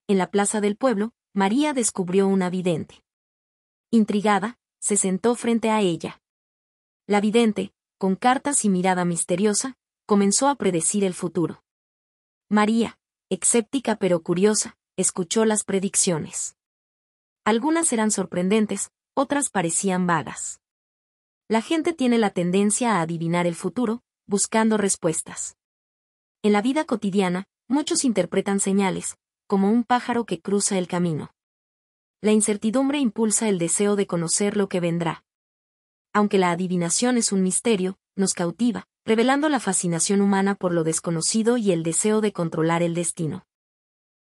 en la plaza del pueblo, María descubrió una vidente. Intrigada, se sentó frente a ella. La vidente, con cartas y mirada misteriosa, comenzó a predecir el futuro. María, escéptica pero curiosa, escuchó las predicciones. Algunas eran sorprendentes, otras parecían vagas. La gente tiene la tendencia a adivinar el futuro, buscando respuestas. En la vida cotidiana, muchos interpretan señales, como un pájaro que cruza el camino. La incertidumbre impulsa el deseo de conocer lo que vendrá. Aunque la adivinación es un misterio, nos cautiva, revelando la fascinación humana por lo desconocido y el deseo de controlar el destino.